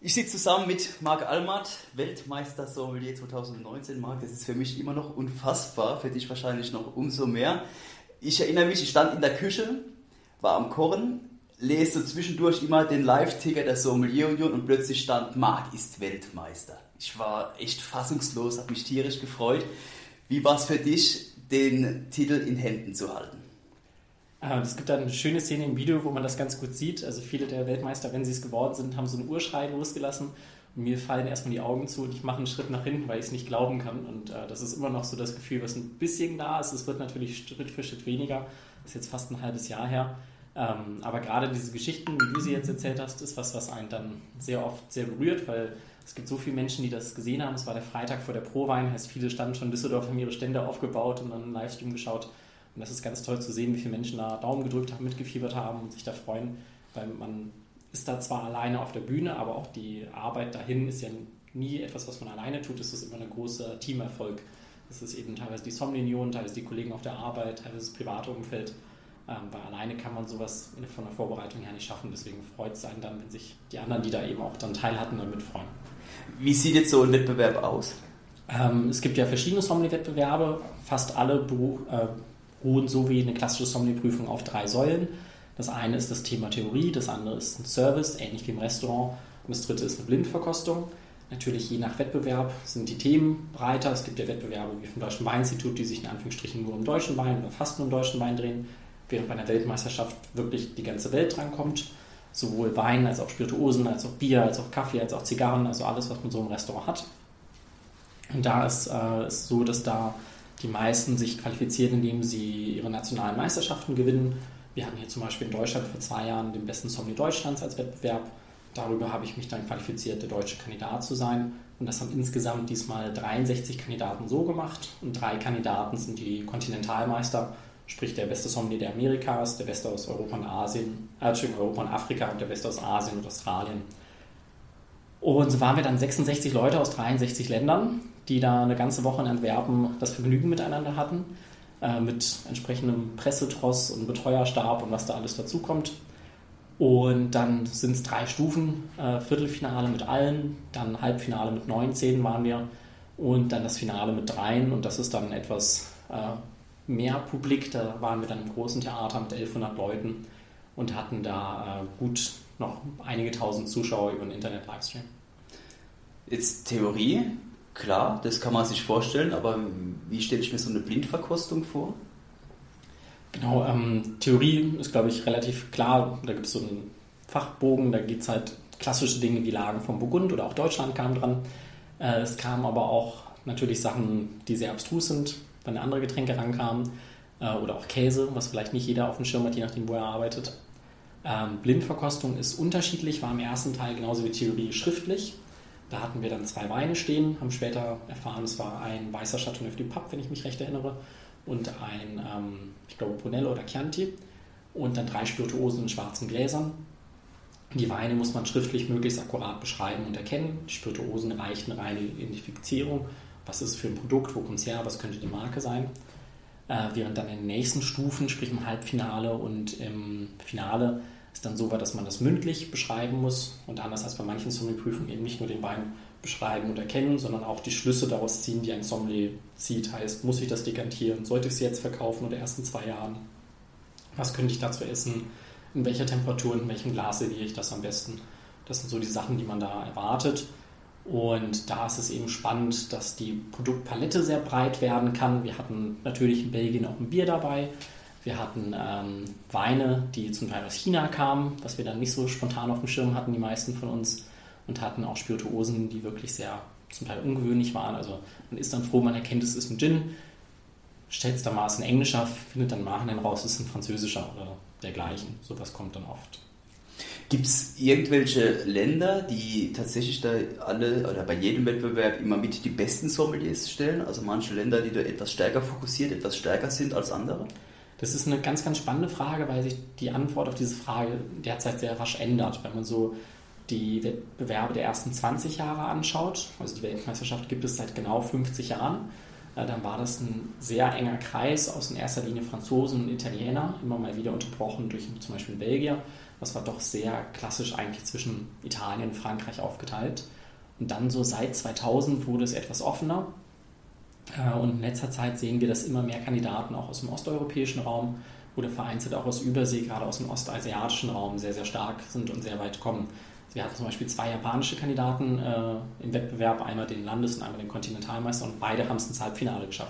Ich sitze zusammen mit Marc Almert, Weltmeister Sommelier 2019. Marc, das ist für mich immer noch unfassbar, für dich wahrscheinlich noch umso mehr. Ich erinnere mich, ich stand in der Küche, war am Kochen, lese zwischendurch immer den Live-Ticker der Sommelier Union und plötzlich stand, Marc ist Weltmeister. Ich war echt fassungslos, habe mich tierisch gefreut. Wie war es für dich, den Titel in Händen zu halten? Es gibt da eine schöne Szene im Video, wo man das ganz gut sieht. Also viele der Weltmeister, wenn sie es geworden sind, haben so einen Urschrei losgelassen. Und mir fallen erstmal die Augen zu und ich mache einen Schritt nach hinten, weil ich es nicht glauben kann. Und das ist immer noch so das Gefühl, was ein bisschen da ist. Es wird natürlich Schritt für Schritt weniger. Das ist jetzt fast ein halbes Jahr her. Aber gerade diese Geschichten, wie du sie jetzt erzählt hast, ist was einen dann sehr oft sehr berührt, weil es gibt so viele Menschen, die das gesehen haben. Es war der Freitag vor der Prowein, heißt viele standen schon in Düsseldorf, haben ihre Stände aufgebaut und dann einen Livestream geschaut. Und das ist ganz toll zu sehen, wie viele Menschen da Daumen gedrückt haben, mitgefiebert haben und sich da freuen, weil man ist da zwar alleine auf der Bühne, aber auch die Arbeit dahin ist ja nie etwas, was man alleine tut. Es ist immer ein großer Teamerfolg. Das ist eben teilweise die Sommelier-Union, teilweise die Kollegen auf der Arbeit, teilweise das private Umfeld. Weil alleine kann man sowas von der Vorbereitung her nicht schaffen. Deswegen freut es einen dann, wenn sich die anderen, die da eben auch dann teil hatten, damit freuen. Wie sieht jetzt so ein Wettbewerb aus? Es gibt ja verschiedene Sommelier-Wettbewerbe. Fast alle ruhen so wie eine klassische Sommelier-Prüfung auf 3 Säulen. Das eine ist das Thema Theorie, das andere ist ein Service, ähnlich wie im Restaurant. Und das dritte ist eine Blindverkostung. Natürlich je nach Wettbewerb sind die Themen breiter. Es gibt ja Wettbewerbe wie vom Deutschen Weininstitut, die sich in Anführungsstrichen nur um deutschen Wein oder fast nur um deutschen Wein drehen, während bei einer Weltmeisterschaft wirklich die ganze Welt drankommt. Sowohl Wein als auch Spirituosen, als auch Bier, als auch Kaffee, als auch Zigarren, also alles, was man so im Restaurant hat. Und da ist es so, dass da die meisten sich qualifizieren, indem sie ihre nationalen Meisterschaften gewinnen. Wir hatten hier zum Beispiel in Deutschland vor 2 Jahren den besten Sommelier Deutschlands als Wettbewerb. Darüber habe ich mich dann qualifiziert, der deutsche Kandidat zu sein. Und das haben insgesamt diesmal 63 Kandidaten so gemacht. Und 3 Kandidaten sind die Kontinentalmeister, sprich der beste Sommelier der Amerikas, der beste aus Europa und Europa und Afrika und der beste aus Asien und Australien. Und so waren wir dann 66 Leute aus 63 Ländern, die da eine ganze Woche in Antwerpen das Vergnügen miteinander hatten, mit entsprechendem Pressetross und Betreuerstab und was da alles dazukommt. Und dann sind es 3 Stufen, Viertelfinale mit allen, dann Halbfinale mit 19 waren wir und dann das Finale mit 3 und das ist dann etwas mehr Publik. Da waren wir dann im großen Theater mit 1100 Leuten und hatten da gut noch einige tausend Zuschauer über den Internet-Livestream. Jetzt Theorie, klar, das kann man sich vorstellen, aber wie stelle ich mir so eine Blindverkostung vor? Genau, Theorie ist, glaube ich, relativ klar. Da gibt es so einen Fachbogen, da geht es halt klassische Dinge wie Lagen vom Burgund oder auch Deutschland kamen dran. Es kamen aber auch natürlich Sachen, die sehr abstrus sind, wenn andere Getränke rankamen oder auch Käse, was vielleicht nicht jeder auf dem Schirm hat, je nachdem, wo er arbeitet. Blindverkostung ist unterschiedlich, war im ersten Teil genauso wie Theorie schriftlich. Da hatten wir dann 2 Weine stehen, haben später erfahren, es war ein weißer Chateauneuf du Pape, wenn ich mich recht erinnere, und ein, ich glaube, Brunello oder Chianti und dann 3 Spirituosen in schwarzen Gläsern. Die Weine muss man schriftlich möglichst akkurat beschreiben und erkennen. Die Spirituosen reichen eine reine Identifizierung. Was ist es für ein Produkt, wo kommt es her, was könnte die Marke sein? Während dann in den nächsten Stufen, sprich im Halbfinale und im Finale, ist dann so weit, dass man das mündlich beschreiben muss und anders als bei manchen Sommelier-Prüfungen eben nicht nur den Wein beschreiben und erkennen, sondern auch die Schlüsse daraus ziehen, die ein Sommelier zieht. Heißt, muss ich das dekantieren? Sollte ich es jetzt verkaufen oder erst in 2 Jahren? Was könnte ich dazu essen? In welcher Temperatur, in welchem Glas serviere ich das am besten? Das sind so die Sachen, die man da erwartet. Und da ist es eben spannend, dass die Produktpalette sehr breit werden kann. Wir hatten natürlich in Belgien auch ein Bier dabei. Wir hatten Weine, die zum Teil aus China kamen, was wir dann nicht so spontan auf dem Schirm hatten, die meisten von uns. Und hatten auch Spirituosen, die wirklich sehr zum Teil ungewöhnlich waren. Also man ist dann froh, man erkennt, es ist ein Gin, stellt es dann mal, es ist ein englischer, findet dann im Nachhinein raus, es ist ein französischer oder dergleichen. Sowas kommt dann oft. Gibt es irgendwelche Länder, die tatsächlich da alle oder bei jedem Wettbewerb immer mit die besten Sommeliers stellen? Also manche Länder, die da etwas stärker fokussiert, etwas stärker sind als andere? Das ist eine ganz, ganz spannende Frage, weil sich die Antwort auf diese Frage derzeit sehr rasch ändert. Wenn man so die Wettbewerbe der ersten 20 Jahre anschaut, also die Weltmeisterschaft gibt es seit genau 50 Jahren, dann war das ein sehr enger Kreis aus in erster Linie Franzosen und Italiener, immer mal wieder unterbrochen durch zum Beispiel Belgier, Das war doch sehr klassisch eigentlich zwischen Italien und Frankreich aufgeteilt. Und dann so seit 2000 wurde es etwas offener. Und in letzter Zeit sehen wir, dass immer mehr Kandidaten auch aus dem osteuropäischen Raum oder vereinzelt auch aus Übersee, gerade aus dem ostasiatischen Raum, sehr, sehr stark sind und sehr weit kommen. Wir hatten zum Beispiel 2 japanische Kandidaten im Wettbewerb, einmal den Landes- und einmal den Kontinentalmeister, und beide haben es ins Halbfinale geschafft.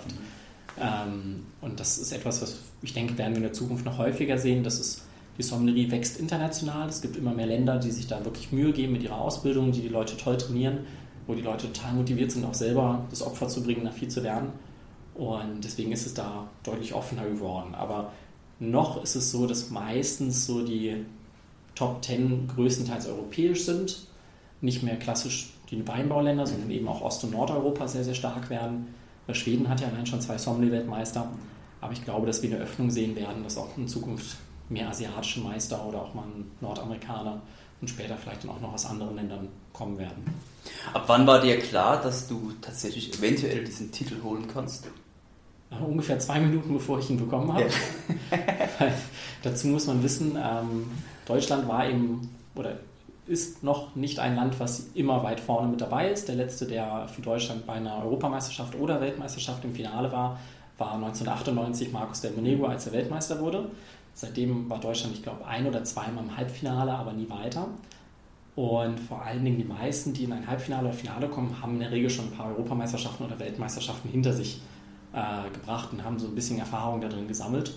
Und das ist etwas, was ich denke, werden wir in der Zukunft noch häufiger sehen. Die Sommelerie wächst international. Es gibt immer mehr Länder, die sich da wirklich Mühe geben mit ihrer Ausbildung, die Leute toll trainieren, wo die Leute total motiviert sind, auch selber das Opfer zu bringen, nach viel zu lernen. Und deswegen ist es da deutlich offener geworden. Aber noch ist es so, dass meistens so die Top 10 größtenteils europäisch sind, nicht mehr klassisch die Weinbauländer, sondern eben auch Ost- und Nordeuropa sehr, sehr stark werden. Schweden hat ja allein schon 2 Sommelier-Weltmeister, aber ich glaube, dass wir eine Öffnung sehen werden, dass auch in Zukunft mehr asiatische Meister oder auch mal ein Nordamerikaner und später vielleicht dann auch noch aus anderen Ländern kommen werden. Ab wann war dir klar, dass du tatsächlich eventuell diesen Titel holen kannst? Ungefähr 2 Minuten, bevor ich ihn bekommen habe. Ja. Dazu muss man wissen, Deutschland war eben oder ist noch nicht ein Land, was immer weit vorne mit dabei ist. Der letzte, der für Deutschland bei einer Europameisterschaft oder Weltmeisterschaft im Finale war 1998 Marcos del Monego, als er Weltmeister wurde. Seitdem war Deutschland, ich glaube, 1 oder 2 Mal im Halbfinale, aber nie weiter. Und vor allen Dingen die meisten, die in ein Halbfinale oder Finale kommen, haben in der Regel schon ein paar Europameisterschaften oder Weltmeisterschaften hinter sich gebracht und haben so ein bisschen Erfahrung da drin gesammelt.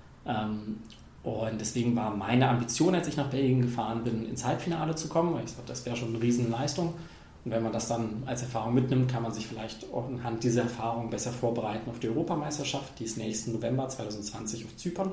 Und deswegen war meine Ambition, als ich nach Belgien gefahren bin, ins Halbfinale zu kommen, weil ich sagte, das wäre schon eine Riesenleistung. Und wenn man das dann als Erfahrung mitnimmt, kann man sich vielleicht auch anhand dieser Erfahrung besser vorbereiten auf die Europameisterschaft, die ist nächsten November 2020 auf Zypern.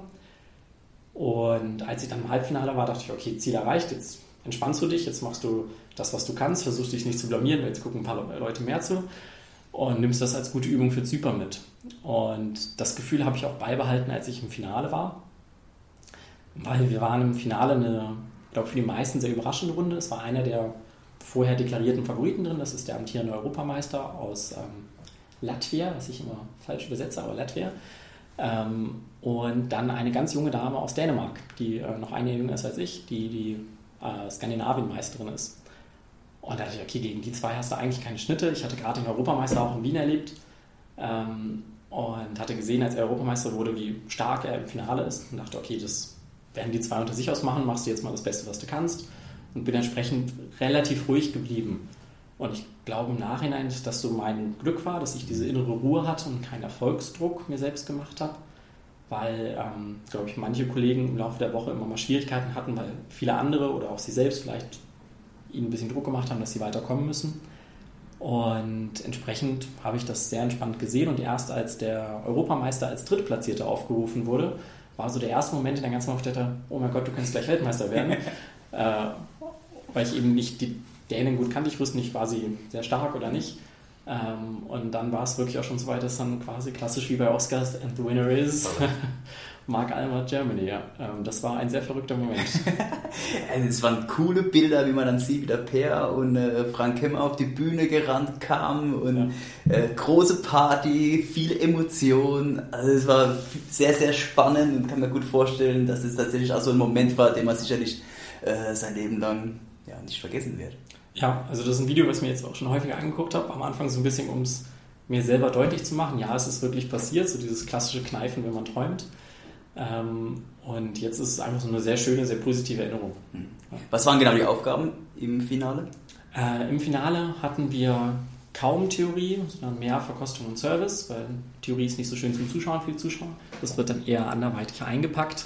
Und als ich dann im Halbfinale war, dachte ich, okay, Ziel erreicht, jetzt entspannst du dich, jetzt machst du das, was du kannst, versuchst dich nicht zu blamieren, weil jetzt gucken ein paar Leute mehr zu und nimmst das als gute Übung für Zypern mit. Und das Gefühl habe ich auch beibehalten, als ich im Finale war, weil wir waren im Finale ich glaube, für die meisten sehr überraschende Runde. Es war einer der vorher deklarierten Favoriten drin, das ist der amtierende Europameister aus Latvia, was ich immer falsch übersetze, aber Latvia. Und dann eine ganz junge Dame aus Dänemark, die noch ein Jahr jünger ist als ich, die Skandinavien-Meisterin ist. Und da dachte ich, okay, gegen die 2 hast du eigentlich keine Schnitte. Ich hatte gerade den Europameister auch in Wien erlebt und hatte gesehen, als er Europameister wurde, wie stark er im Finale ist und dachte, okay, das werden die 2 unter sich ausmachen, machst du jetzt mal das Beste, was du kannst, und bin entsprechend relativ ruhig geblieben. Und ich glaube im Nachhinein, dass das so mein Glück war, dass ich diese innere Ruhe hatte und keinen Erfolgsdruck mir selbst gemacht habe, weil, glaube ich, manche Kollegen im Laufe der Woche immer mal Schwierigkeiten hatten, weil viele andere oder auch sie selbst vielleicht ihnen ein bisschen Druck gemacht haben, dass sie weiterkommen müssen. Und entsprechend habe ich das sehr entspannt gesehen, und erst als der Europameister als Drittplatzierter aufgerufen wurde, war so der erste Moment in der ganzen Woche, dachte, oh mein Gott, du kannst gleich Weltmeister werden. Weil ich eben nicht die Dänen gut kannte, ich wusste nicht, war sie sehr stark oder nicht. Und dann war es wirklich auch schon so weit, dass dann quasi klassisch wie bei Oscars and the winner is Marc Almert Germany. Ja. Das war ein sehr verrückter Moment. Es waren coole Bilder, wie man dann sieht, wie der Per und Frank Kemmer auf die Bühne gerannt kamen und große Party, viel Emotion. Also es war sehr, sehr spannend und kann mir gut vorstellen, dass es tatsächlich auch so ein Moment war, den man sicherlich sein Leben lang nicht vergessen wird. Ja, also das ist ein Video, was ich mir jetzt auch schon häufiger angeguckt habe. Am Anfang so ein bisschen, um es mir selber deutlich zu machen. Ja, es ist wirklich passiert, so dieses klassische Kneifen, wenn man träumt. Und jetzt ist es einfach so eine sehr schöne, sehr positive Erinnerung. Was waren genau die Aufgaben im Finale? Im Finale hatten wir kaum Theorie, sondern mehr Verkostung und Service, weil Theorie ist nicht so schön zum Zuschauen für die Zuschauer. Das wird dann eher anderweitig eingepackt.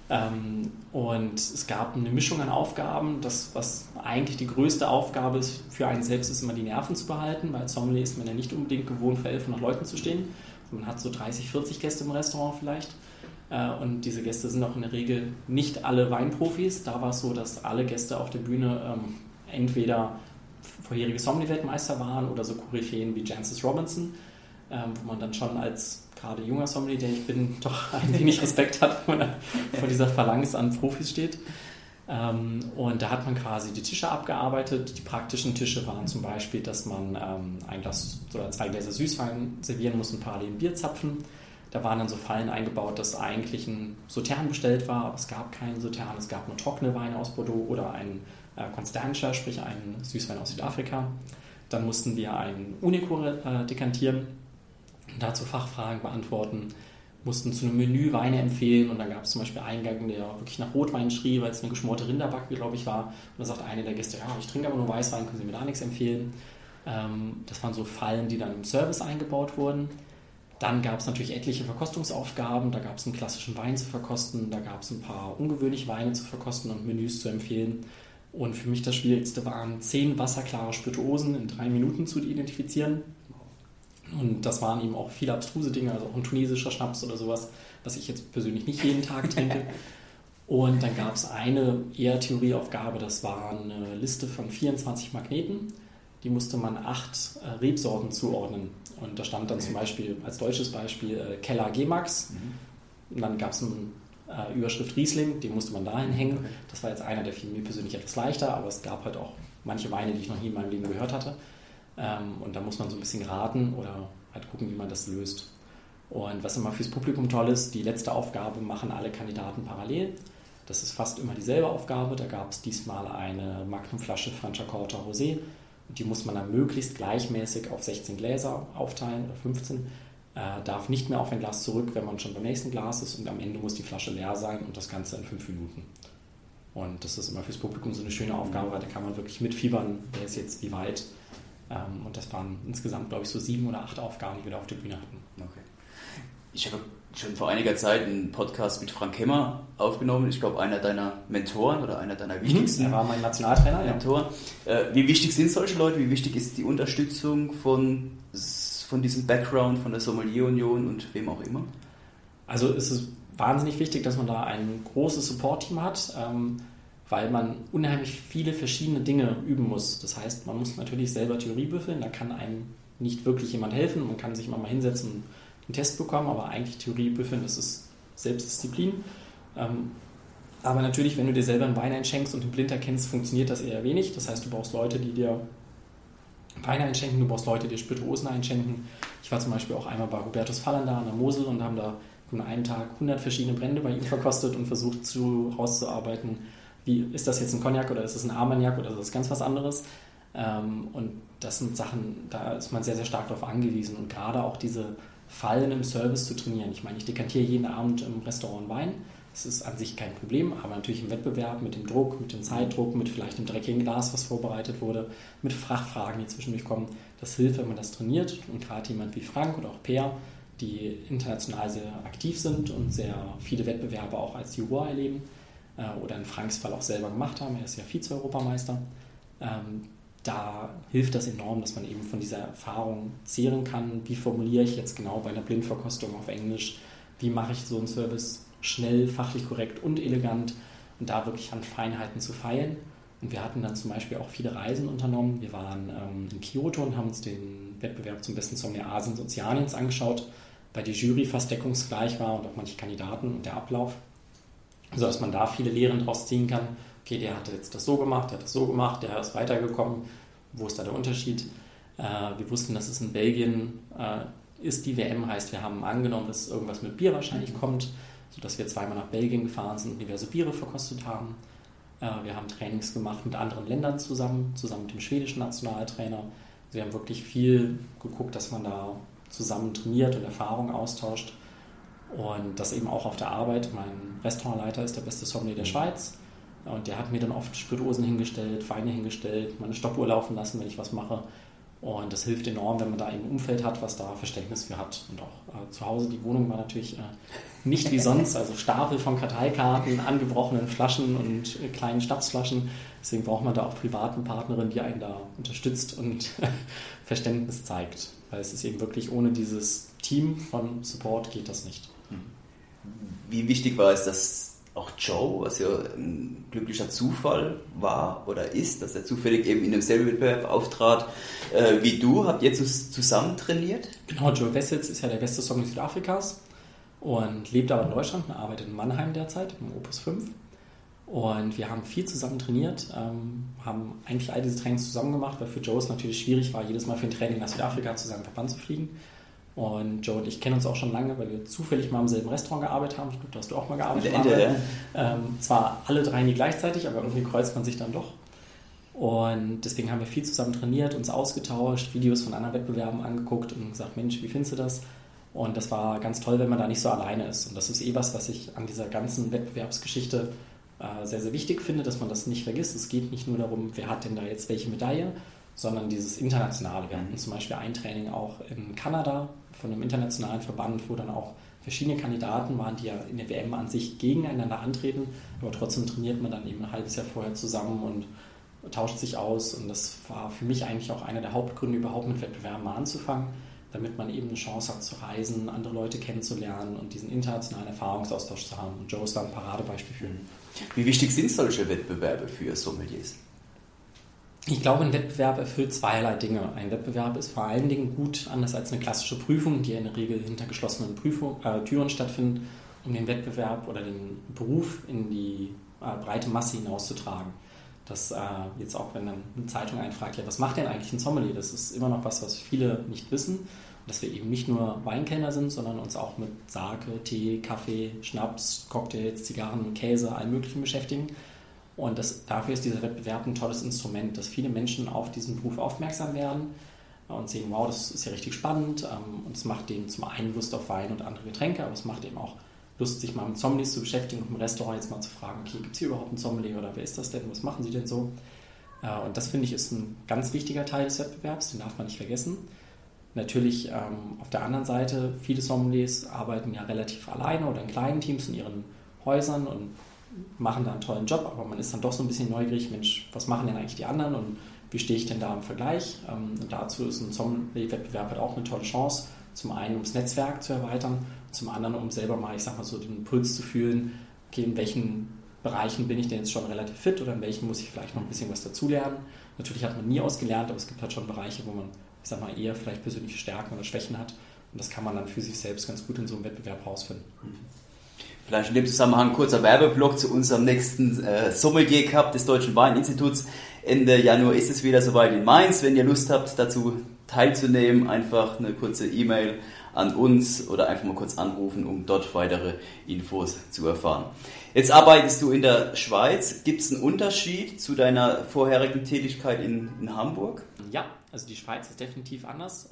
Und es gab eine Mischung an Aufgaben. Das, was eigentlich die größte Aufgabe ist für einen selbst, ist immer die Nerven zu behalten, weil als Sommelier ist man ja nicht unbedingt gewohnt, vor 1100 Leuten zu stehen. Man hat so 30, 40 Gäste im Restaurant vielleicht. Und diese Gäste sind auch in der Regel nicht alle Weinprofis. Da war es so, dass alle Gäste auf der Bühne entweder vorherige Sommelier-Weltmeister waren oder so Koryphäen wie Jancis Robinson, wo man dann schon als gerade junger Sommelier, der ich bin, doch ein wenig Respekt hat, wenn man vor dieser Phalanx an Profis steht. Und da hat man quasi die Tische abgearbeitet. Die praktischen Tische waren zum Beispiel, dass man ein Glas oder 2 Gläser Süßwein servieren muss und parallel ein Bier zapfen. Da waren dann so Fallen eingebaut, dass eigentlich ein Sautern bestellt war, aber es gab keinen Sautern, es gab nur trockene Weine aus Bordeaux oder einen Constantia, sprich einen Süßwein aus Südafrika. Dann mussten wir einen Unico dekantieren und dazu Fachfragen beantworten, mussten zu einem Menü Weine empfehlen und dann gab es zum Beispiel einen Gang, der wirklich nach Rotwein schrie, weil es eine geschmorte Rinderbacke, glaube ich, war. Und da sagt eine der Gäste, ja, ich trinke aber nur Weißwein, können Sie mir da nichts empfehlen? Das waren so Fallen, die dann im Service eingebaut wurden. Dann gab es natürlich etliche Verkostungsaufgaben, da gab es einen klassischen Wein zu verkosten, da gab es ein paar ungewöhnliche Weine zu verkosten und Menüs zu empfehlen. Und für mich das Schwierigste waren 10 wasserklare Spirituosen in 3 Minuten zu identifizieren. Und das waren eben auch viele abstruse Dinge, also auch ein tunesischer Schnaps oder sowas, was ich jetzt persönlich nicht jeden Tag trinke. Und dann gab es eine eher Theorieaufgabe, das war eine Liste von 24 Magneten. Die musste man 8 Rebsorten zuordnen. Und da stand dann zum Beispiel als deutsches Beispiel Keller G-Max. Und dann gab es eine Überschrift Riesling, die musste man dahin hängen. Das war jetzt einer, der fiel mir persönlich etwas leichter, aber es gab halt auch manche Weine, die ich noch nie in meinem Leben gehört hatte. Und da muss man so ein bisschen raten oder halt gucken, wie man das löst. Und was immer fürs Publikum toll ist, die letzte Aufgabe machen alle Kandidaten parallel. Das ist fast immer dieselbe Aufgabe. Da gab es diesmal eine Magnumflasche Franciacorta Rosé. Die muss man dann möglichst gleichmäßig auf 16 Gläser aufteilen oder 15. Darf nicht mehr auf ein Glas zurück, wenn man schon beim nächsten Glas ist. Und am Ende muss die Flasche leer sein und das Ganze in 5 Minuten. Und das ist immer fürs Publikum so eine schöne Aufgabe, weil da kann man wirklich mitfiebern, wer ist jetzt wie weit. Und das waren insgesamt, glaube ich, so 7 oder 8 Aufgaben, die wir da auf der Bühne hatten. Okay. Ich habe schon vor einiger Zeit einen Podcast mit Frank Hemmer aufgenommen. Ich glaube, einer deiner Mentoren oder einer deiner wichtigsten. Er war mein Nationaltrainer, Mentor. Ja. Wie wichtig sind solche Leute? Wie wichtig ist die Unterstützung von diesem Background, von der Sommelier-Union und wem auch immer? Also es ist wahnsinnig wichtig, dass man da ein großes Support-Team hat, weil man unheimlich viele verschiedene Dinge üben muss. Das heißt, man muss natürlich selber Theorie büffeln, da kann einem nicht wirklich jemand helfen. Man kann sich immer mal hinsetzen und einen Test bekommen, aber eigentlich Theorie büffeln, das ist Selbstdisziplin. Aber natürlich, wenn du dir selber einen Wein einschenkst und den blind erkennst, funktioniert das eher wenig. Das heißt, du brauchst Leute, die dir Weine einschenken, du brauchst Leute, die dir Spirituosen einschenken. Ich war zum Beispiel auch einmal bei Hubertus Fallander an der Mosel und haben da an einem Tag 100 verschiedene Brände bei ihm verkostet und versucht rauszuarbeiten, wie ist das jetzt ein Cognac oder ist es ein Armagnac oder ist das ganz was anderes. Und das sind Sachen, da ist man sehr, sehr stark darauf angewiesen und gerade auch diese Fallen im Service zu trainieren. Ich meine, ich dekantiere jeden Abend im Restaurant Wein. Das ist an sich kein Problem, aber natürlich im Wettbewerb mit dem Druck, mit dem Zeitdruck, mit vielleicht dem dreckigen Glas, was vorbereitet wurde, mit Fachfragen, die zwischendurch kommen. Das hilft, wenn man das trainiert. Und gerade jemand wie Frank oder auch Peer, die international sehr aktiv sind und sehr viele Wettbewerbe auch als Juror erleben oder in Franks Fall auch selber gemacht haben. Er ist ja Vize-Europameister. Da hilft das enorm, dass man eben von dieser Erfahrung zehren kann. Wie formuliere ich jetzt genau bei einer Blindverkostung auf Englisch? Wie mache ich so einen Service schnell, fachlich korrekt und elegant? Und da wirklich an Feinheiten zu feilen. Und wir hatten dann zum Beispiel auch viele Reisen unternommen. Wir waren in Kyoto und haben uns den Wettbewerb zum besten Sommelier Asiens und Ozeaniens angeschaut, weil die Jury fast deckungsgleich war und auch manche Kandidaten und der Ablauf, sodass man da viele Lehren draus ziehen kann. Okay, der hat jetzt das so gemacht, der hat das so gemacht, der ist weitergekommen. Wo ist da der Unterschied? Wir wussten, dass es in Belgien ist die WM, heißt, wir haben angenommen, dass irgendwas mit Bier wahrscheinlich kommt, sodass wir 2-mal nach Belgien gefahren sind und diverse Biere verkostet haben. Wir haben Trainings gemacht mit anderen Ländern zusammen mit dem schwedischen Nationaltrainer. Wir haben wirklich viel geguckt, dass man da zusammen trainiert und Erfahrungen austauscht. Und das eben auch auf der Arbeit. Mein Restaurantleiter ist der beste Sommelier der Schweiz. Und der hat mir dann oft Spirituosen hingestellt, Weine hingestellt, meine Stoppuhr laufen lassen, wenn ich was mache. Und das hilft enorm, wenn man da eben ein Umfeld hat, was da Verständnis für hat. Und auch zu Hause, die Wohnung war natürlich nicht wie sonst, also Stapel von Karteikarten, angebrochenen Flaschen und kleinen Schnapsflaschen. Deswegen braucht man da auch privaten Partnerin, die einen da unterstützt und Verständnis zeigt. Weil es ist eben wirklich, ohne dieses Team von Support geht das nicht. Wie wichtig war es, dass auch Joe, was ja ein glücklicher Zufall war oder ist, dass er zufällig eben in demselben Wettbewerb auftrat wie du? Habt ihr zusammen trainiert? Genau, Joe Wessels ist ja der beste Sommelier Südafrikas und lebt aber in Deutschland und arbeitet in Mannheim derzeit, im Opus 5. Und wir haben viel zusammen trainiert, haben eigentlich all diese Trainings zusammen gemacht, weil für Joe es natürlich schwierig war, jedes Mal für ein Training nach Südafrika zu seinem Verband zu fliegen. Und Joe und ich kennen uns auch schon lange, weil wir zufällig mal im selben Restaurant gearbeitet haben. Ich glaube, da hast du auch mal gearbeitet. Zwar alle drei nie gleichzeitig, aber irgendwie kreuzt man sich dann doch. Und deswegen haben wir viel zusammen trainiert, uns ausgetauscht, Videos von anderen Wettbewerben angeguckt und gesagt, Mensch, wie findest du das? Und das war ganz toll, wenn man da nicht so alleine ist. Und das ist was ich an dieser ganzen Wettbewerbsgeschichte sehr, sehr wichtig finde, dass man das nicht vergisst. Es geht nicht nur darum, wer hat denn da jetzt welche Medaille, sondern dieses Internationale. Wir hatten zum Beispiel ein Training auch in Kanada von einem internationalen Verband, wo dann auch verschiedene Kandidaten waren, die ja in der WM an sich gegeneinander antreten, aber trotzdem trainiert man dann eben ein halbes Jahr vorher zusammen und tauscht sich aus. Und das war für mich eigentlich auch einer der Hauptgründe, überhaupt mit Wettbewerben mal anzufangen, damit man eben eine Chance hat zu reisen, andere Leute kennenzulernen und diesen internationalen Erfahrungsaustausch zu haben. Und Joe ist da ein Paradebeispiel für. Wie wichtig sind solche Wettbewerbe für Sommeliers? Ich glaube, ein Wettbewerb erfüllt zweierlei Dinge. Ein Wettbewerb ist vor allen Dingen gut, anders als eine klassische Prüfung, die in der Regel hinter geschlossenen Türen stattfindet, um den Wettbewerb oder den Beruf in die breite Masse hinauszutragen. Das jetzt auch, wenn dann eine Zeitung einfragt, ja, was macht denn eigentlich ein Sommelier? Das ist immer noch was viele nicht wissen. Und dass wir eben nicht nur Weinkellner sind, sondern uns auch mit Sake, Tee, Kaffee, Schnaps, Cocktails, Zigarren, Käse, allem Möglichen beschäftigen. Und dafür ist dieser Wettbewerb ein tolles Instrument, dass viele Menschen auf diesen Beruf aufmerksam werden und sehen, wow, das ist ja richtig spannend. Und es macht denen zum einen Lust auf Wein und andere Getränke, aber es macht eben auch Lust, sich mal mit Sommeliers zu beschäftigen und im Restaurant jetzt mal zu fragen, okay, gibt es hier überhaupt einen Sommelier oder wer ist das denn, was machen sie denn so? Und das, finde ich, ist ein ganz wichtiger Teil des Wettbewerbs, den darf man nicht vergessen. Natürlich auf der anderen Seite, viele Sommeliers arbeiten ja relativ alleine oder in kleinen Teams in ihren Häusern und machen da einen tollen Job, aber man ist dann doch so ein bisschen neugierig, Mensch, was machen denn eigentlich die anderen und wie stehe ich denn da im Vergleich? Und dazu ist ein Sommelier-Wettbewerb halt auch eine tolle Chance, zum einen ums Netzwerk zu erweitern, zum anderen um selber mal, ich sag mal so, den Impuls zu fühlen, okay, in welchen Bereichen bin ich denn jetzt schon relativ fit oder in welchen muss ich vielleicht noch ein bisschen was dazulernen. Natürlich hat man nie ausgelernt, aber es gibt halt schon Bereiche, wo man, ich sag mal, eher vielleicht persönliche Stärken oder Schwächen hat und das kann man dann für sich selbst ganz gut in so einem Wettbewerb rausfinden. Vielleicht in dem Zusammenhang ein kurzer Werbeblock zu unserem nächsten Sommelier Cup des Deutschen Weininstituts. Ende Januar ist es wieder soweit in Mainz. Wenn ihr Lust habt, dazu teilzunehmen, einfach eine kurze E-Mail an uns oder einfach mal kurz anrufen, um dort weitere Infos zu erfahren. Jetzt arbeitest du in der Schweiz. Gibt es einen Unterschied zu deiner vorherigen Tätigkeit in Hamburg? Ja, also die Schweiz ist definitiv anders.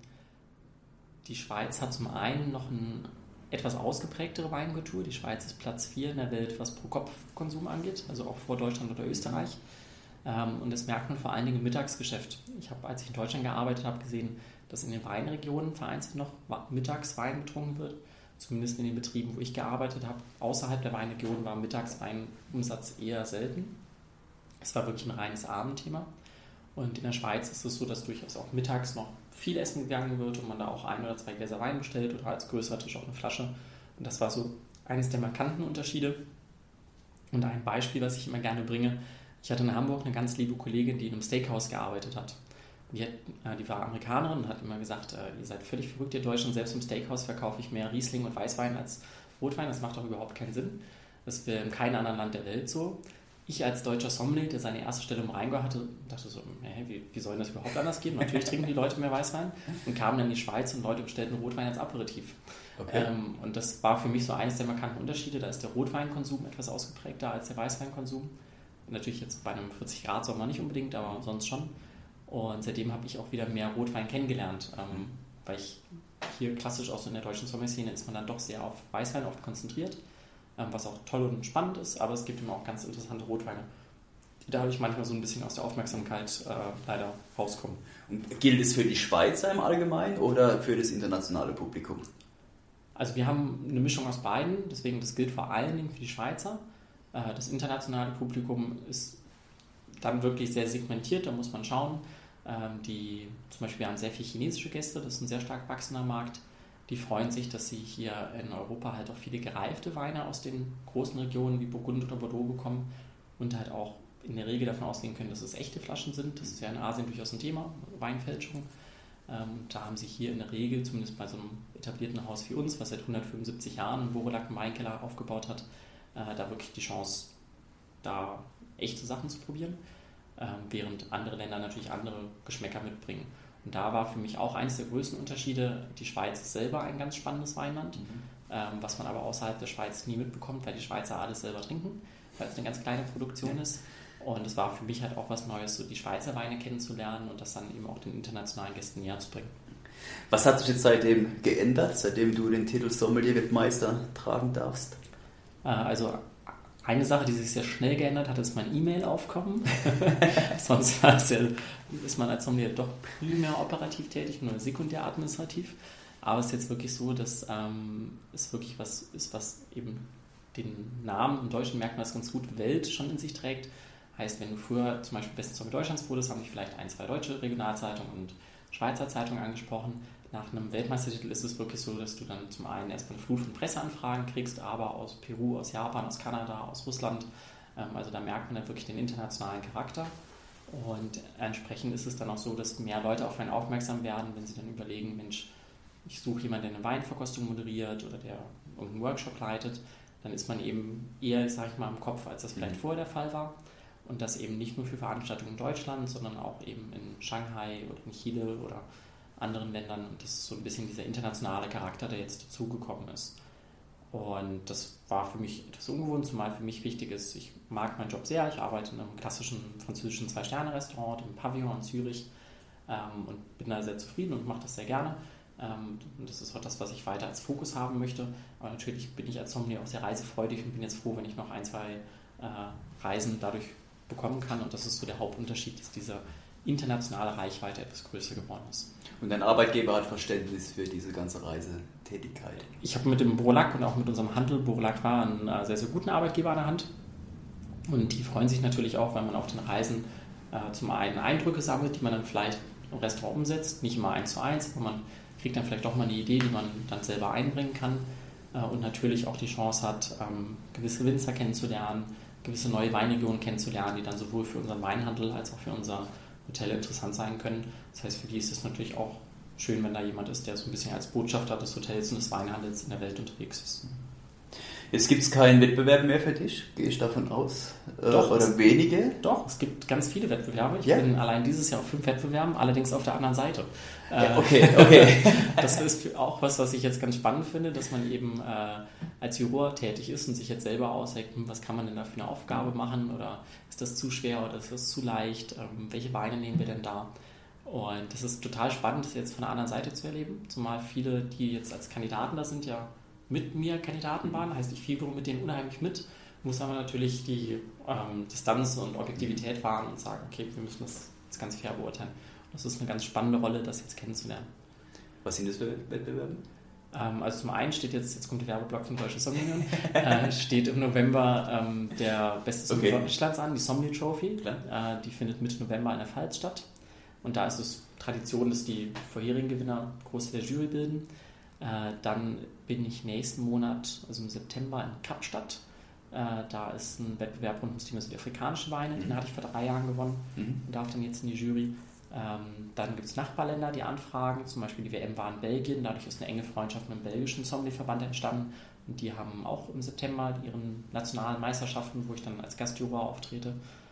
Die Schweiz hat zum einen noch ein etwas ausgeprägtere Weinkultur. Die Schweiz ist Platz 4 in der Welt, was Pro-Kopf-Konsum angeht, also auch vor Deutschland oder Österreich. Und das merkt man vor allen Dingen im Mittagsgeschäft. Ich habe, als ich in Deutschland gearbeitet habe, gesehen, dass in den Weinregionen vereinzelt noch mittags Wein getrunken wird. Zumindest in den Betrieben, wo ich gearbeitet habe. Außerhalb der Weinregion war Mittagsweinumsatz eher selten. Es war wirklich ein reines Abendthema. Und in der Schweiz ist es so, dass durchaus auch mittags noch viel essen gegangen wird und man da auch 1 oder 2 Gläser Wein bestellt oder als größerer Tisch auch eine Flasche. Und das war so eines der markanten Unterschiede. Und ein Beispiel, was ich immer gerne bringe, ich hatte in Hamburg eine ganz liebe Kollegin, die in einem Steakhouse gearbeitet hat. Und die war Amerikanerin und hat immer gesagt, ihr seid völlig verrückt, ihr Deutschen, selbst im Steakhouse verkaufe ich mehr Riesling und Weißwein als Rotwein, das macht doch überhaupt keinen Sinn. Das wäre in keinem anderen Land der Welt so. Ich als deutscher Sommelier, der seine erste Stelle im Rheingau hatte, dachte so, wie soll das überhaupt anders gehen? Natürlich trinken die Leute mehr Weißwein und kamen dann in die Schweiz und Leute bestellten Rotwein als Aperitif. Okay. Und das war für mich so eines der markanten Unterschiede. Da ist der Rotweinkonsum etwas ausgeprägter als der Weißweinkonsum. Natürlich jetzt bei einem 40-Grad-Sommer nicht unbedingt, aber sonst schon. Und seitdem habe ich auch wieder mehr Rotwein kennengelernt, weil ich hier klassisch auch so in der deutschen Sommerszene ist man dann doch sehr auf Weißwein oft konzentriert, was auch toll und spannend ist, aber es gibt immer auch ganz interessante Rotweine, die dadurch manchmal so ein bisschen aus der Aufmerksamkeit leider rauskommen. Und gilt es für die Schweizer im Allgemeinen oder für das internationale Publikum? Also wir haben eine Mischung aus beiden, deswegen das gilt vor allen Dingen für die Schweizer. Das internationale Publikum ist dann wirklich sehr segmentiert, da muss man schauen. Zum Beispiel, wir haben sehr viele chinesische Gäste, das ist ein sehr stark wachsender Markt. Die freuen sich, dass sie hier in Europa halt auch viele gereifte Weine aus den großen Regionen wie Burgund oder Bordeaux bekommen und halt auch in der Regel davon ausgehen können, dass es echte Flaschen sind. Das ist ja in Asien durchaus ein Thema, Weinfälschung. Da haben sie hier in der Regel, zumindest bei so einem etablierten Haus wie uns, was seit 175 Jahren einen Borolack einen Weinkeller aufgebaut hat, da wirklich die Chance, da echte Sachen zu probieren, während andere Länder natürlich andere Geschmäcker mitbringen. Und da war für mich auch eines der größten Unterschiede, die Schweiz ist selber ein ganz spannendes Weinland, was man aber außerhalb der Schweiz nie mitbekommt, weil die Schweizer alles selber trinken, weil es eine ganz kleine Produktion ist. Und es war für mich halt auch was Neues, so die Schweizer Weine kennenzulernen und das dann eben auch den internationalen Gästen näher zu bringen. Was hat sich jetzt seitdem geändert, seitdem du den Titel Sommelier-Weltmeister tragen darfst? Also eine Sache, die sich sehr schnell geändert hat, ist mein E-Mail-Aufkommen. Sonst ist man als Sommelier doch primär operativ tätig, nur sekundär administrativ. Aber es ist jetzt wirklich so, dass es wirklich was ist, was eben den Namen im deutschen merkt man das ganz gut, Welt schon in sich trägt. Heißt, wenn du früher zum Beispiel Beste Sommelier Deutschlands wurdest, haben dich vielleicht 1, 2 deutsche Regionalzeitungen und Schweizer Zeitungen angesprochen. Nach einem Weltmeistertitel ist es wirklich so, dass du dann zum einen erstmal eine Flut von Presseanfragen kriegst, aber aus Peru, aus Japan, aus Kanada, aus Russland. Also da merkt man dann wirklich den internationalen Charakter. Und entsprechend ist es dann auch so, dass mehr Leute auf einen aufmerksam werden, wenn sie dann überlegen, Mensch, ich suche jemanden, der eine Weinverkostung moderiert oder der irgendeinen Workshop leitet. Dann ist man eben eher, sage ich mal, im Kopf, als das vielleicht vorher der Fall war. Und das eben nicht nur für Veranstaltungen in Deutschland, sondern auch eben in Shanghai oder in Chile oder anderen Ländern. Und das ist so ein bisschen dieser internationale Charakter, der jetzt dazugekommen ist. Und das war für mich etwas ungewohnt, zumal für mich wichtig ist, ich mag meinen Job sehr. Ich arbeite in einem klassischen französischen 2-Sterne-Restaurant im Pavillon in Zürich und bin da sehr zufrieden und mache das sehr gerne. Und das ist auch das, was ich weiter als Fokus haben möchte. Aber natürlich bin ich als Sommelier auch sehr reisefreudig und bin jetzt froh, wenn ich noch 1, 2 Reisen dadurch bekommen kann. Und das ist so der Hauptunterschied, dass diese internationale Reichweite etwas größer geworden ist. Und dein Arbeitgeber hat Verständnis für diese ganze Reisetätigkeit? Ich habe mit dem Borlac und auch mit unserem Handel, Borlac war einen sehr, sehr guten Arbeitgeber an der Hand. Und die freuen sich natürlich auch, wenn man auf den Reisen zum einen Eindrücke sammelt, die man dann vielleicht im Restaurant umsetzt. Nicht immer 1:1, aber man kriegt dann vielleicht doch mal eine Idee, die man dann selber einbringen kann. Und natürlich auch die Chance hat, gewisse Winzer kennenzulernen, gewisse neue Weinregionen kennenzulernen, die dann sowohl für unseren Weinhandel als auch für unser Hotel interessant sein können. Das heißt, für die ist es natürlich auch schön, wenn da jemand ist, der so ein bisschen als Botschafter des Hotels und des Weinhandels in der Welt unterwegs ist. Jetzt gibt es keinen Wettbewerb mehr für dich, gehe ich davon aus? Doch, oder wenige? Doch, es gibt ganz viele Wettbewerbe. Ich bin allein dieses Jahr auf 5 Wettbewerben, allerdings auf der anderen Seite. Ja, okay. Das ist auch was ich jetzt ganz spannend finde, dass man eben als Juror tätig ist und sich jetzt selber ausheckt, was kann man denn da für eine Aufgabe machen oder ist das zu schwer oder ist das zu leicht? Welche Weine nehmen wir denn da? Und das ist total spannend, das jetzt von der anderen Seite zu erleben, zumal viele, die jetzt als Kandidaten da sind, ja mit mir Kandidaten waren, heißt ich fiebere mit denen unheimlich mit, muss aber natürlich die Distanz und Objektivität wahren und sagen, okay, wir müssen das jetzt ganz fair beurteilen. Und das ist eine ganz spannende Rolle, das jetzt kennenzulernen. Was sind das für Wettbewerbe? Also zum einen steht jetzt kommt der Werbeblock von Deutsche Sommelier, steht im November der beste Sommelier Deutschlands an, die Sommelier Trophy. Die findet Mitte November in der Pfalz statt. Und da ist es Tradition, dass die vorherigen Gewinner Großteil der Jury bilden. Dann bin ich nächsten Monat, also im September, in Kapstadt. Da ist ein Wettbewerb rund ums Thema südafrikanische Weine. Den hatte ich vor 3 Jahren gewonnen und darf dann jetzt in die Jury. Dann gibt es Nachbarländer, die anfragen. Zum Beispiel die WM war in Belgien. Dadurch ist eine enge Freundschaft mit dem belgischen Sommelierverband entstanden. Und die haben auch im September ihren nationalen Meisterschaften, wo ich dann als Gastjuror auftrete.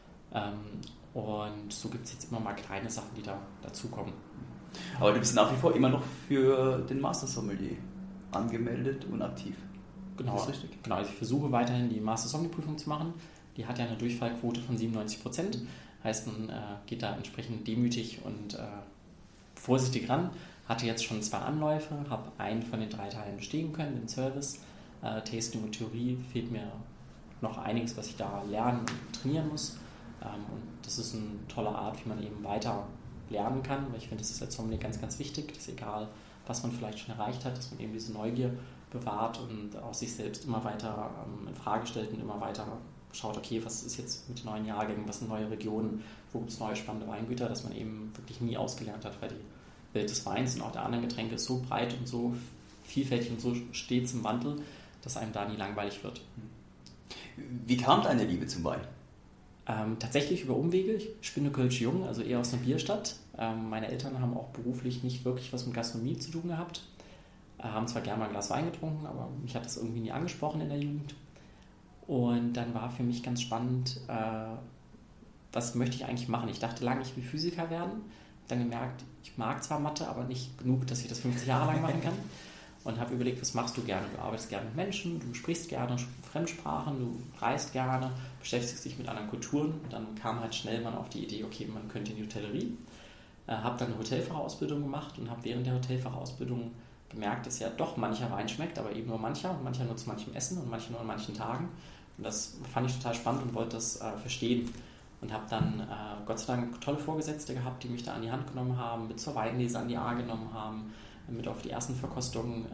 Und so gibt es jetzt immer mal kleine Sachen, die da dazukommen. Aber du bist nach wie vor immer noch für den Master Sommelier angemeldet und aktiv. Genau, ist das richtig? Genau, also ich versuche weiterhin die Master Sommelier Prüfung zu machen. Die hat ja eine Durchfallquote von 97%. Heißt, man geht da entsprechend demütig und vorsichtig ran. Hatte jetzt schon 2 Anläufe, habe einen von den 3 Teilen bestehen können, den Service. Tasting und Theorie fehlt mir noch einiges, was ich da lernen und trainieren muss. Und das ist eine tolle Art, wie man eben weiter lernen kann, weil ich finde, das ist als Sommelier ganz, ganz wichtig, dass egal, was man vielleicht schon erreicht hat, dass man eben diese Neugier bewahrt und auch sich selbst immer weiter in Frage stellt und immer weiter schaut, okay, was ist jetzt mit den neuen Jahrgängen, was sind neue Regionen, wo gibt es neue spannende Weingüter, dass man eben wirklich nie ausgelernt hat, weil die Welt des Weins und auch der anderen Getränke ist so breit und so vielfältig und so stets im Wandel, dass einem da nie langweilig wird. Wie kam deine Liebe zum Wein? Tatsächlich über Umwege. Ich bin eine Kölsche Jung, also eher aus einer Bierstadt. Meine Eltern haben auch beruflich nicht wirklich was mit Gastronomie zu tun gehabt. Haben zwar gerne mal ein Glas Wein getrunken, aber mich hat das irgendwie nie angesprochen in der Jugend. Und dann war für mich ganz spannend, was möchte ich eigentlich machen? Ich dachte lange, ich will Physiker werden, dann gemerkt, ich mag zwar Mathe, aber nicht genug, dass ich das 50 Jahre lang machen kann. Und habe überlegt, was machst du gerne? Du arbeitest gerne mit Menschen, du sprichst gerne Fremdsprachen, du reist gerne, beschäftigst dich mit anderen Kulturen. Und dann kam halt schnell mal auf die Idee, okay, man könnte in die Hotellerie. Habe dann eine Hotelfachausbildung gemacht und habe während der Hotelfachausbildung gemerkt, dass ja doch mancher Wein schmeckt, aber eben nur mancher und mancher nur zu manchem Essen und mancher nur an manchen Tagen. Und das fand ich total spannend und wollte das verstehen. Und habe dann Gott sei Dank tolle Vorgesetzte gehabt, die mich da an die Hand genommen haben, mit zur Weinlese an die A genommen haben, mit auf die ersten Verkostungen.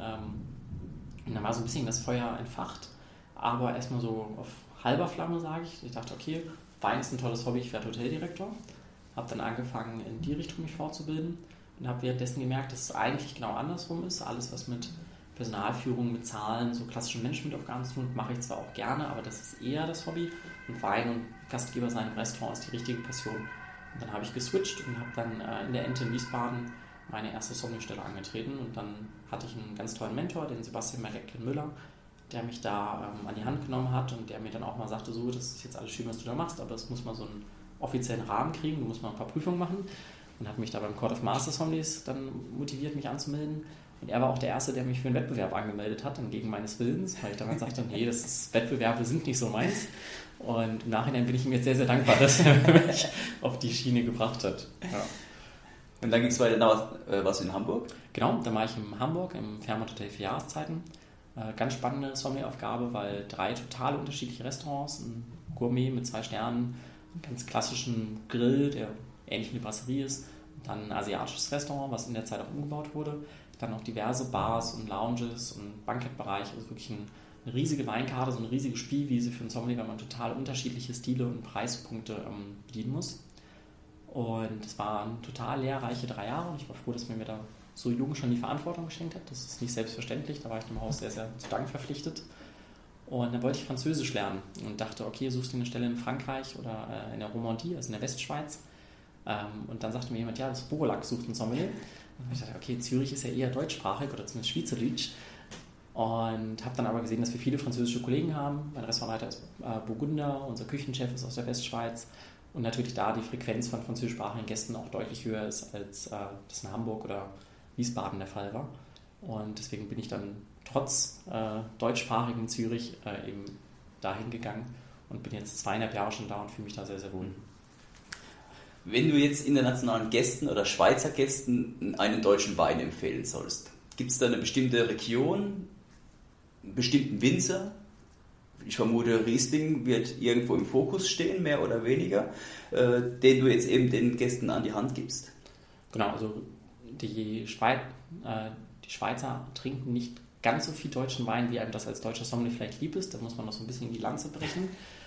Und dann war so ein bisschen das Feuer entfacht, aber erstmal so auf halber Flamme, sage ich. Ich dachte, okay, Wein ist ein tolles Hobby, ich werde Hoteldirektor. Habe dann angefangen, in die Richtung mich fortzubilden und habe währenddessen gemerkt, dass es eigentlich genau andersrum ist. Alles, was mit Personalführung, mit Zahlen, so klassischen Managementaufgaben zu tun, mache ich zwar auch gerne, aber das ist eher das Hobby. Und Wein und Gastgeber sein im Restaurant ist die richtige Passion. Und dann habe ich geswitcht und habe dann in der Ente in Wiesbaden meine erste Sommelierstelle angetreten. Und dann hatte ich einen ganz tollen Mentor, den Sebastian Marek-Müller, der mich da an die Hand genommen hat und der mir dann auch mal sagte, so, das ist jetzt alles schön, was du da machst, aber es muss mal so einen offiziellen Rahmen kriegen, du musst mal ein paar Prüfungen machen. Und hat mich da beim Court of Master Sommeliers dann motiviert, mich anzumelden. Und er war auch der Erste, der mich für einen Wettbewerb angemeldet hat, entgegen meines Willens, weil ich damals sagte, nee, Wettbewerbe sind nicht so meins. Und im Nachhinein bin ich ihm jetzt sehr, sehr dankbar, dass er mich auf die Schiene gebracht hat. Ja. Und dann ging es weiter nach was in Hamburg? Genau, dann war ich in Hamburg im Fairmont Hotel 4 Jahreszeiten. Ganz spannende Sommelier-Aufgabe, weil 3 total unterschiedliche Restaurants, ein Gourmet mit 2 Sternen, einen ganz klassischen Grill, der ähnlich wie eine Brasserie ist, und dann ein asiatisches Restaurant, was in der Zeit auch umgebaut wurde, dann noch diverse Bars und Lounges und Bankettbereich, also wirklich eine riesige Weinkarte, so eine riesige Spielwiese für einen Sommelier, weil man total unterschiedliche Stile und Preispunkte bedienen muss. Und es waren total lehrreiche 3 Jahre und ich war froh, dass man mir da so jung schon die Verantwortung geschenkt hat. Das ist nicht selbstverständlich, da war ich dem Haus sehr, sehr zu Dank verpflichtet. Und dann wollte ich Französisch lernen und dachte, okay, suchst du eine Stelle in Frankreich oder in der Romandie, also in der Westschweiz. Und dann sagte mir jemand, ja, das Borolac sucht einen Sommelier. Und ich dachte, okay, Zürich ist ja eher deutschsprachig oder zumindest Schweizerdeutsch. Und habe dann aber gesehen, dass wir viele französische Kollegen haben. Mein Restaurantleiter ist Burgunder, unser Küchenchef ist aus der Westschweiz. Und natürlich da die Frequenz von französischsprachigen Gästen auch deutlich höher ist, als das in Hamburg oder Wiesbaden der Fall war. Und deswegen bin ich dann trotz deutschsprachigem Zürich eben dahin gegangen und bin jetzt 2,5 Jahre schon da und fühle mich da sehr, sehr wohl. Wenn du jetzt internationalen Gästen oder Schweizer Gästen einen deutschen Wein empfehlen sollst, gibt es da eine bestimmte Region, einen bestimmten Winzer? Ich vermute, Riesling wird irgendwo im Fokus stehen, mehr oder weniger, den du jetzt eben den Gästen an die Hand gibst. Genau, also die Schweizer trinken nicht ganz so viel deutschen Wein, wie einem das als deutscher Sommelier vielleicht lieb ist. Da muss man noch so ein bisschen in die Lanze brechen.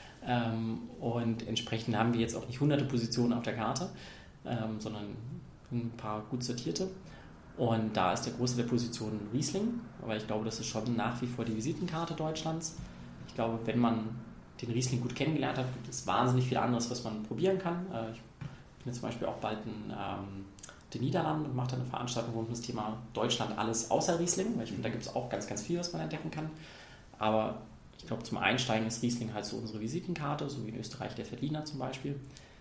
Und entsprechend haben wir jetzt auch nicht hunderte Positionen auf der Karte, sondern ein paar gut sortierte. Und da ist der Großteil der Positionen Riesling, aber ich glaube, das ist schon nach wie vor die Visitenkarte Deutschlands. Ich glaube, wenn man den Riesling gut kennengelernt hat, gibt es wahnsinnig viel anderes, was man probieren kann. Ich bin jetzt zum Beispiel auch bald in den Niederlanden und mache da eine Veranstaltung rund um das Thema Deutschland alles außer Riesling, weil ich finde, da gibt es auch ganz, ganz viel, was man entdecken kann. Aber ich glaube, zum Einsteigen ist Riesling halt so unsere Visitenkarte, so wie in Österreich der Veltliner zum Beispiel.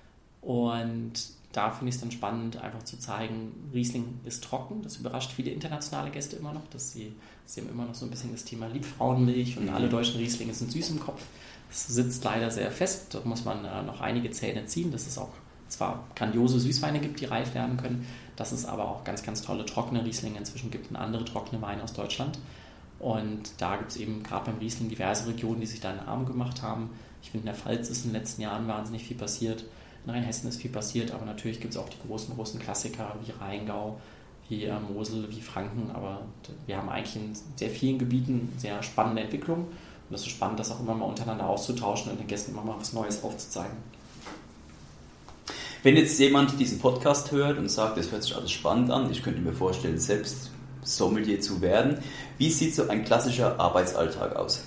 Und da finde ich es dann spannend, einfach zu zeigen, Riesling ist trocken. Das überrascht viele internationale Gäste immer noch, dass sie haben immer noch so ein bisschen das Thema Liebfrauenmilch und alle deutschen Rieslinge sind süß im Kopf. Das sitzt leider sehr fest, da muss man noch einige Zähne ziehen, dass es auch zwar grandiose Süßweine gibt, die reif werden können, dass es aber auch ganz, ganz tolle trockene Rieslinge inzwischen gibt und andere trockene Weine aus Deutschland. Und da gibt es eben gerade beim Riesling diverse Regionen, die sich da in den Arm gemacht haben. Ich finde, in der Pfalz ist in den letzten Jahren wahnsinnig viel passiert. In Rheinhessen ist viel passiert, aber natürlich gibt es auch die großen Klassiker wie Rheingau, wie Mosel, wie Franken. Aber wir haben eigentlich in sehr vielen Gebieten sehr spannende Entwicklungen. Und es ist spannend, das auch immer mal untereinander auszutauschen und den Gästen immer mal was Neues aufzuzeigen. Wenn jetzt jemand diesen Podcast hört und sagt, das hört sich alles spannend an, ich könnte mir vorstellen, selbst Sommelier zu werden, wie sieht so ein klassischer Arbeitsalltag aus?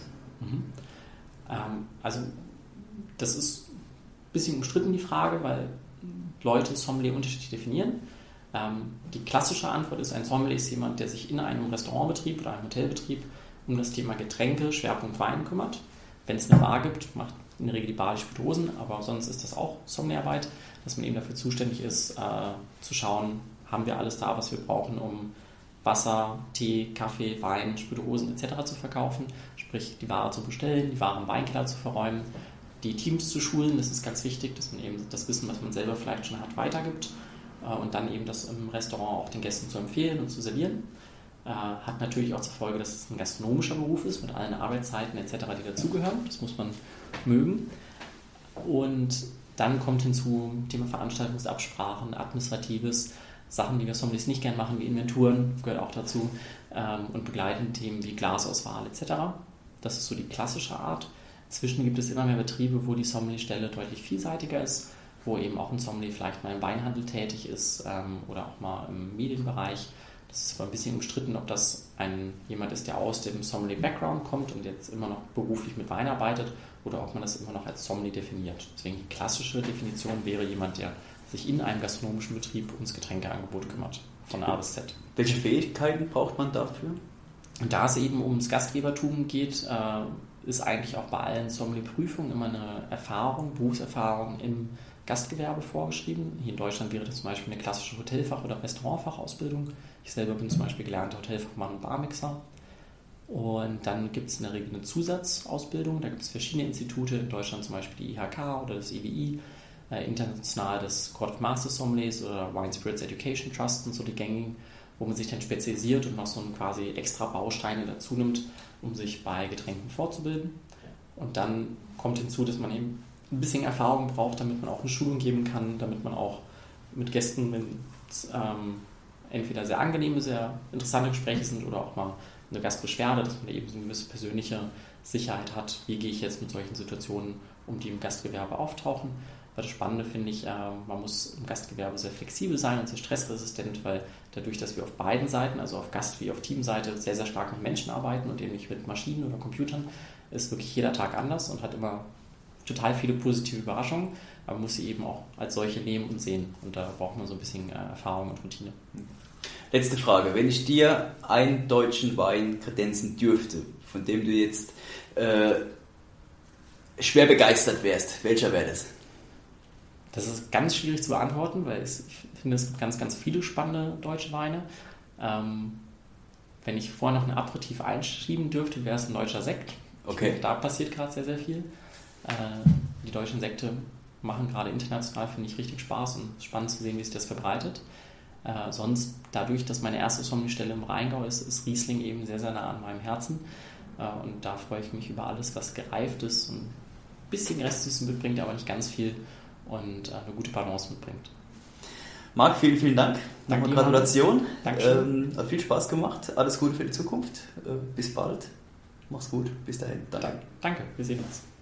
Also das ist ein bisschen umstritten, die Frage, weil Leute Sommelier unterschiedlich definieren. Die klassische Antwort ist, ein Sommelier ist jemand, der sich in einem Restaurantbetrieb oder einem Hotelbetrieb um das Thema Getränke, Schwerpunkt Wein kümmert. Wenn es eine Bar gibt, macht in der Regel die Bar die Spirituosen, aber sonst ist das auch Sommelierarbeit. dass man eben dafür zuständig ist, zu schauen, haben wir alles da, was wir brauchen, um Wasser, Tee, Kaffee, Wein, Spirituosen etc. zu verkaufen, sprich die Ware zu bestellen, die Ware im Weinkeller zu verräumen, die Teams zu schulen, das ist ganz wichtig, dass man eben das Wissen, was man selber vielleicht schon hat, weitergibt und dann eben das im Restaurant auch den Gästen zu empfehlen und zu servieren. Hat natürlich auch zur Folge, dass es ein gastronomischer Beruf ist mit allen Arbeitszeiten etc., die dazugehören, das muss man mögen. Und dann kommt hinzu Thema Veranstaltungsabsprachen, Administratives, Sachen, die wir Sommeliers nicht gern machen, wie Inventuren, gehört auch dazu, und begleitende Themen wie Glasauswahl etc. Das ist so die klassische Art. Inzwischen gibt es immer mehr Betriebe, wo die Sommelierstelle deutlich vielseitiger ist, wo eben auch ein Sommelier vielleicht mal im Weinhandel tätig ist oder auch mal im Medienbereich. Das ist aber ein bisschen umstritten, ob das jemand ist, der aus dem Sommelier-Background kommt und jetzt immer noch beruflich mit Wein arbeitet oder ob man das immer noch als Sommelier definiert. Deswegen die klassische Definition wäre jemand, der sich in einem gastronomischen Betrieb ums Getränkeangebot kümmert, von A bis Z. Welche Fähigkeiten braucht man dafür? Und da es eben ums Gastgebertum geht, ist eigentlich auch bei allen Sommelier-Prüfungen immer eine Berufserfahrung im Gastgewerbe vorgeschrieben. Hier in Deutschland wäre das zum Beispiel eine klassische Hotelfach- oder Restaurantfachausbildung. Ich selber bin zum Beispiel gelernter Hotelfachmann und Barmixer. Und dann gibt es in der Regel eine Zusatzausbildung. Da gibt es verschiedene Institute, in Deutschland zum Beispiel die IHK oder das EWI, international das Court of Master Sommeliers oder Wine Spirits Education Trust und so die gängigen, wo man sich dann spezialisiert und noch so quasi extra Bausteine dazu nimmt, um sich bei Getränken fortzubilden. Und dann kommt hinzu, dass man eben ein bisschen Erfahrung braucht, damit man auch eine Schulung geben kann, damit man auch mit Gästen, wenn es entweder sehr angenehme, sehr interessante Gespräche sind oder auch mal eine Gastbeschwerde, dass man eben so eine gewisse persönliche Sicherheit hat, wie gehe ich jetzt mit solchen Situationen um, die im Gastgewerbe auftauchen. Weil das Spannende finde ich, man muss im Gastgewerbe sehr flexibel sein und sehr stressresistent, weil dadurch, dass wir auf beiden Seiten, also auf Gast- wie auf Teamseite, sehr, sehr stark mit Menschen arbeiten und eben nicht mit Maschinen oder Computern, ist wirklich jeder Tag anders und hat immer total viele positive Überraschungen, aber man muss sie eben auch als solche nehmen und sehen. Und da braucht man so ein bisschen Erfahrung und Routine. Letzte Frage. Wenn ich dir einen deutschen Wein kredenzen dürfte, von dem du jetzt schwer begeistert wärst, welcher wäre das? Das ist ganz schwierig zu beantworten, weil ich finde, es gibt ganz, ganz viele spannende deutsche Weine. Wenn ich vorher noch ein Aperitif einschieben dürfte, wäre es ein deutscher Sekt. Okay. Da passiert gerade sehr, sehr viel. Die deutschen Sekte machen gerade international, finde ich, richtig Spaß und spannend zu sehen, wie sich das verbreitet. Sonst, dadurch, dass meine erste Sommelierstelle im Rheingau ist Riesling eben sehr, sehr nah an meinem Herzen. Und da freue ich mich über alles, was gereift ist und ein bisschen Restsüßen mitbringt, aber nicht ganz viel und eine gute Balance mitbringt. Marc, vielen, vielen Dank. Danke, Gratulation. Dankeschön. Hat viel Spaß gemacht. Alles Gute für die Zukunft. Bis bald. Mach's gut. Bis dahin. Danke. Wir sehen uns.